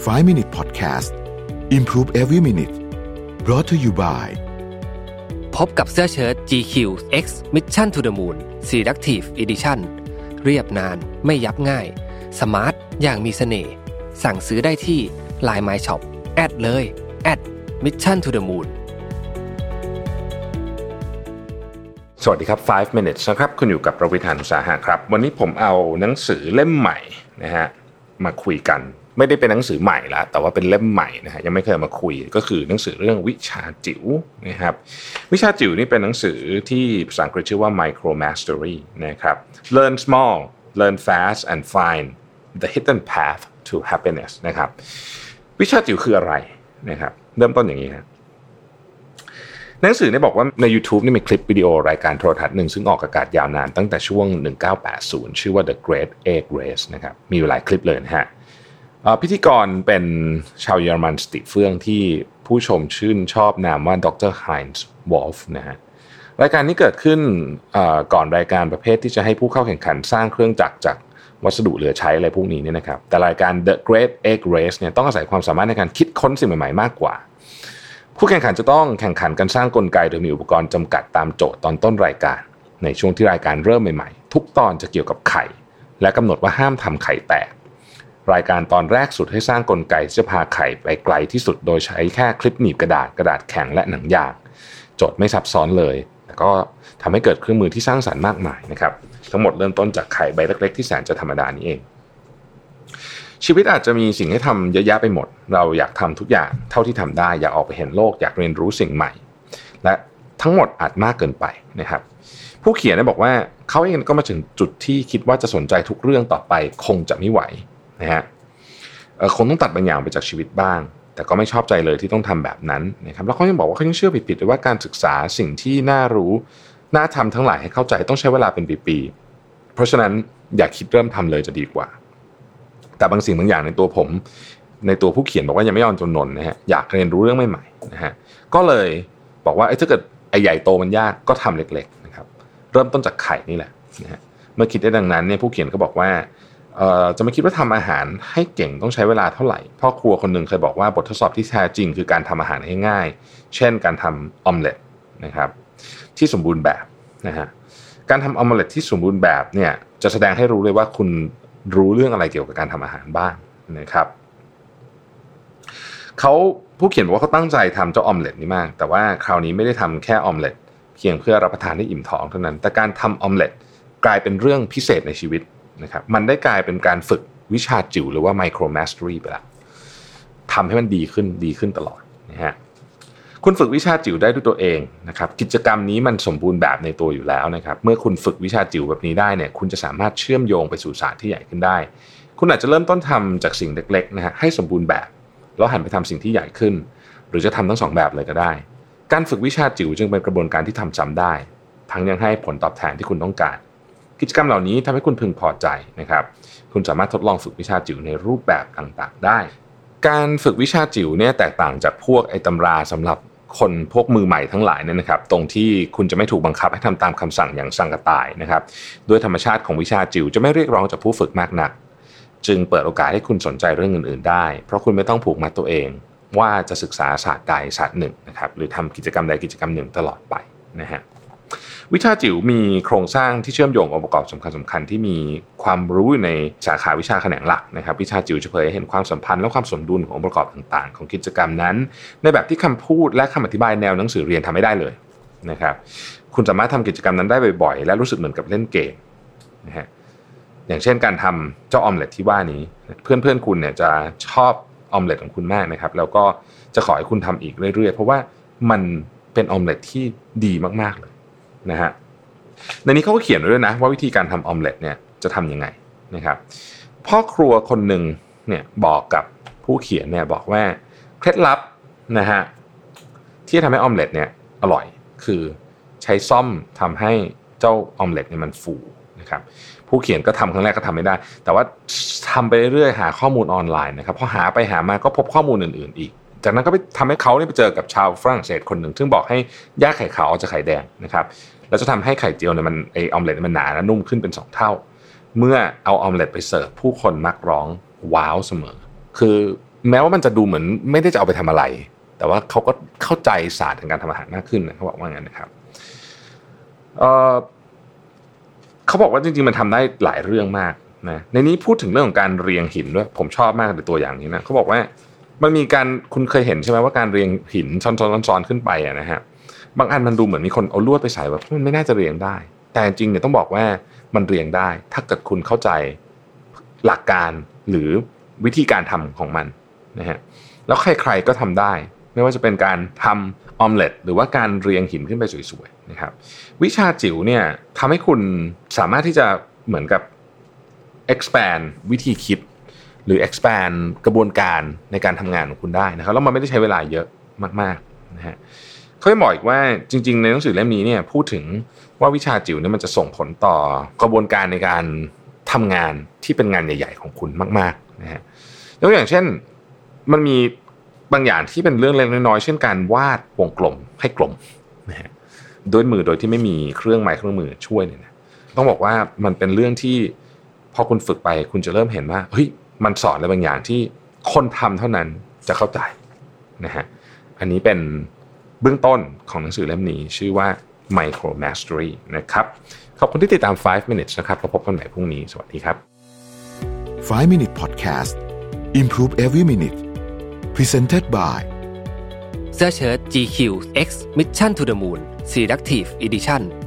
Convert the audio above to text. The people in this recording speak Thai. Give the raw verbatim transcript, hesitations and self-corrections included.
five minute podcast Improve every minute brought to you by พบกับเสื้อเชิ้ต จี คิว X Mission to the Moon Selective Edition เรียบนานไม่ยับง่ายสมาร์ทอย่างมีเสน่ห์สั่งซื้อได้ที่ ไลน์ My Shop แอดเลยแอด Mission to the Moon สวัสดีครับfive minutes นะครับคุณอยู่กับประวิธานอุตสาหะครับวันนี้ผมเอาหนังสือเล่มใหม่นะฮะมาคุยกันไม่ได้เป็นหนังสือใหม่ละแต่ว่าเป็นเล่มใหม่นะฮะยังไม่เคยมาคุยก็คือหนังสือเรื่องวิชาจิ๋วนะครับวิชาจิ๋วนี่เป็นหนังสือที่ภาษาอังกฤษชื่อว่า Micro Mastery นะครับ Learn small learn fast and find the hidden path to happiness นะครับวิชาจิ๋วคืออะไรนะครับเริ่มต้นอย่างนี้ครับหนังสือเนี่ยบอกว่าใน YouTube นี่มีคลิปวิดีโอรายการโทรทัศน์หนึ่งซึ่งออกอากาศยาวนานตั้งแต่ช่วงหนึ่งพันเก้าร้อยแปดสิบชื่อว่า The Great Egg Race นะครับมีอยู่หลายคลิปเลยนะฮะพิธีกรเป็นชาวเยอรมันสติเฟื่องที่ผู้ชมชื่นชอบนามว่าดร. Heinz Wolf นะฮะรายการนี้เกิดขึ้นก่อนรายการประเภทที่จะให้ผู้เข้าแข่งขันสร้างเครื่องจักรจากวัสดุเหลือใช้อะไรพวกนี้เนี่ยนะครับแต่รายการ The Great Egg Race เนี่ยต้องอาศัยความสามารถในการคิดค้นสิ่งใหม่ๆมากกว่าผู้แข่งขันจะต้องแข่งขันกันสร้างกลไกโดยมีอุปกรณ์จำกัดตามโจทย์ตอนต้นรายการในช่วงที่รายการเริ่มใหม่ๆทุกตอนจะเกี่ยวกับไข่และกำหนดว่าห้ามทำไข่แตกรายการตอนแรกสุดให้สร้างกลไกที่จะพาไข่ไปไกลที่สุดโดยใช้แค่คลิปหนีบกระดาษกระดาษแข็งและหนังยางโจทย์ไม่ซับซ้อนเลยแต่ก็ทำให้เกิดเครื่องมือที่สร้างสรรค์มากมายนะครับทั้งหมดเริ่มต้นจากไข่ใบเล็กๆที่แสนจะธรรมดานี้เองชีวิตอาจจะมีสิ่งให้ทำเยอะแยะไปหมดเราอยากทำทุกอย่างเท่าที่ทำได้อยากออกไปเห็นโลกอยากเรียนรู้สิ่งใหม่และทั้งหมดอาจมากเกินไปนะครับผู้เขียนได้บอกว่าเขาเองก็มาถึงจุดที่คิดว่าจะสนใจทุกเรื่องต่อไปคงจะไม่ไหวนะฮะคงต้องตัดบางอย่างไปจากชีวิตบ้างแต่ก็ไม่ชอบใจเลยที่ต้องทำแบบนั้นนะครับแล้วเขายังบอกว่าเขายังเชื่อผิดๆเลยว่าการศึกษาสิ่งที่น่ารู้น่าทำทั้งหลายให้เข้าใจต้องใช้เวลาเป็นปีๆเพราะฉะนั้นอย่าคิดเริ่มทำเลยจะดีกว่าแต่บางสิ่งบางอย่างในตัวผมในตัวผู้เขียนบอกว่ายังไม่ยอมจำนนนะฮะอยากเรียนรู้เรื่องใหม่ๆนะฮะก็เลยบอกว่าถ้าเกิดไอ้ใหญ่โตมันยากก็ทำเล็กๆนะครับเริ่มต้นจากไข่นี่แหละนะฮะเมื่อคิดได้ดังนั้นเนี่ยผู้เขียนก็บอกว่าเอ่อจะไม่คิดว่าทำอาหารให้เก่งต้องใช้เวลาเท่าไหร่พ่อครัวคนหนึ่งเคยบอกว่าบททดสอบที่แท้จริงคือการทำอาหารให้ง่ายเช่นการทำออมเล็ตนะครับที่สมบูรณ์แบบนะฮะการทำออมเล็ตที่สมบูรณ์แบบเนี่ยจะแสดงให้รู้เลยว่าคุณรู้เรื่องอะไรเกี่ยวกับการทำอาหารบ้างนะครับเขาผู้เขียนบอกว่าเขาตั้งใจทำเจ้าออมเล็ตนี้มากแต่ว่าคราวนี้ไม่ได้ทำแค่ออมเล็ตเพียงเพื่อรับประทานให้อิ่มท้องเท่านั้นแต่การทำออมเล็ตกลายเป็นเรื่องพิเศษในชีวิตนะครับมันได้กลายเป็นการฝึกวิชาจิ๋วหรือว่า Micro Mastery ไปแล้วทำให้มันดีขึ้นดีขึ้นตลอดนะฮะคุณฝึกวิชาจิ๋วได้ด้วยตัวเองนะครับกิจกรรมนี้มันสมบูรณ์แบบในตัวอยู่แล้วนะครับเมื่อคุณฝึกวิชาจิ๋วแบบนี้ได้เนี่ยคุณจะสามารถเชื่อมโยงไปสู่ศาสตร์ที่ใหญ่ขึ้นได้คุณอาจจะเริ่มต้นทำจากสิ่งเล็กๆนะฮะให้สมบูรณ์แบบแล้วหันไปทำสิ่งที่ใหญ่ขึ้นหรือจะทำทั้งสองแบบเลยก็ได้การฝึกวิชาจิ๋วจึงเป็นกระบวนการที่ทำซ้ำได้ทั้งยังให้ผลตอบแทนที่คุณต้องการกิจกรรมเหล่านี้ทำให้คุณพึงพอใจนะครับคุณสามารถทดลองฝึกวิชาจิ๋วในรูปแบบต่างๆได้การฝึกวิชาจิ๋วเนี่ยแตกต่างจากพวกไอ้ตำราสำหรับคนพวกมือใหม่ทั้งหลายเนี่ยนะครับตรงที่คุณจะไม่ถูกบังคับให้ทำตามคำสั่งอย่างสังกะตายนะครับด้วยธรรมชาติของวิชาจิ๋วจะไม่เรียกร้องจากผู้ฝึกมากนักจึงเปิดโอกาสให้คุณสนใจเรื่องอื่นๆได้เพราะคุณไม่ต้องผูกมัดตัวเองว่าจะศึกษาศาสตร์ใดศาสตร์หนึ่งนะครับหรือทำกิจกรรมใดกิจกรรมหนึ่งตลอดไปนะฮะวิชาจิ๋วมีโครงสร้างที่เชื่อมโยงองค์ประกอบสำคัญสำคัญที่มีความรู้ในสาขาวิชาแขนงหลักนะครับวิชาจิ๋วจะเผยให้เห็นความสัมพันธ์และความสมดุลขององค์ประกอบต่างๆของกิจกรรมนั้นในแบบที่คำพูดและคำอธิบายแนวหนังสือเรียนทำไม่ได้เลยนะครับคุณสามารถทำกิจกรรมนั้นได้บ่อยๆและรู้สึกเหมือนกับเล่นเกมนะฮะอย่างเช่นการทำเจ้าออมเล็ตที่ว่านี้เพื่อนๆคุณเนี่ยจะชอบออมเล็ตของคุณมากนะครับแล้วก็จะขอให้คุณทำอีกเรื่อยๆเพราะว่ามันเป็นออมเล็ตที่ดีมากๆเลยนะฮะในนี้เขาก็เขียนไว้ด้วยนะว่าวิธีการทำออมเล็ตเนี่ยจะทำยังไงนะครับพ่อครัวคนหนึ่งเนี่ยบอกกับผู้เขียนเนี่ยบอกว่าเคล็ดลับนะฮะที่ทำให้ออมเล็ตเนี่ยอร่อยคือใช้ซ่อมทำให้เจ้าออมเล็ตเนี่ยมันฟูนะครับผู้เขียนก็ทำครั้งแรกก็ทำไม่ได้แต่ว่าทำไปเรื่อยๆหาข้อมูลออนไลน์นะครับพอหาไปหามาก็พบข้อมูลอื่นๆอีกจากนั้นก็ไปทำให้เขาเนี่ยไปเจอกับชาวฝรั่งเศสคนหนึ่งซึ่งบอกให้แยกไข่ขาวออกจากไข่แดงนะครับแล้วจะทำให้ไข่เจียวเนี่ยมันไอออมเล็ตมันหนาและนุ่มขึ้นเป็นสองเท่าเมื่อเอาออมเล็ตไปเสิร์ฟผู้คนมักร้องว้าวเสมอคือแม้ว่ามันจะดูเหมือนไม่ได้จะเอาไปทำอะไรแต่ว่าเขาก็เข้าใจศาสตร์ของการทำอาหารมากขึ้นนะเขาบอกว่างั้นนะครับเอ่อเขาบอกว่าจริงๆมันทำได้หลายเรื่องมากนะในนี้พูดถึงเรื่องของการเรียงหินด้วยผมชอบมากในตัวอย่างนี้นะเขาบอกว่ามันมีการคุณเคยเห็นใช่ไหมว่าการเรียงหินซ้อนๆๆขึ้นไปอะนะฮะบางอันมันดูเหมือนมีคนเอาลวดไปใส่แบบมันไม่น่าจะเรียงได้แต่จริงๆเนี่ยต้องบอกว่ามันเรียงได้ถ้าเกิดคุณเข้าใจหลักการหรือวิธีการทำของมันนะฮะแล้วใครๆก็ทำได้ไม่ว่าจะเป็นการทำออมเล็ตหรือว่าการเรียงหินขึ้นไปสวยๆนะครับวิชาจิ๋วเนี่ยทำให้คุณสามารถที่จะเหมือนกับ expand วิธีคิดหรือ expand กระบวนการในการทำงานของคุณได้นะครับแล้วมันไม่ได้ใช้เวลาเยอะมากๆนะฮะเขาจะบอกอีกว่าจริงๆในหนังสือเล่มนี้เนี่ยพูดถึงว่าวิชาจิ๋วเนี่ยมันจะส่งผลต่อกระบวนการในการทำงานที่เป็นงานใหญ่ๆของคุณมากๆนะฮะยกอย่างเช่นมันมีบางอย่างที่เป็นเรื่องเล็กน้อยเช่นการวาดวงกลมให้กลมนะฮะด้วยมือโดยที่ไม่มีเครื่องไม้เครื่องมือช่วยเนี่ยนะต้องบอกว่ามันเป็นเรื่องที่พอคุณฝึกไปคุณจะเริ่มเห็นว่าเฮ้ยมันสอนอะไรบางอย่างที่คนทำเท่านั้นจะเข้าใจนะฮะอันนี้เป็นเบื้องต้นของหนังสือเล่มนี้ชื่อว่า Micro Mastery นะครับขอบคุณที่ติดตามไฟว์ minutes นะครับแล้วพบกันใหม่พรุ่งนี้สวัสดีครับไฟว์ minute podcast Improve every minute Presented by เสื้อเชิ้ต จี คิว X Mission to the Moon Selective Edition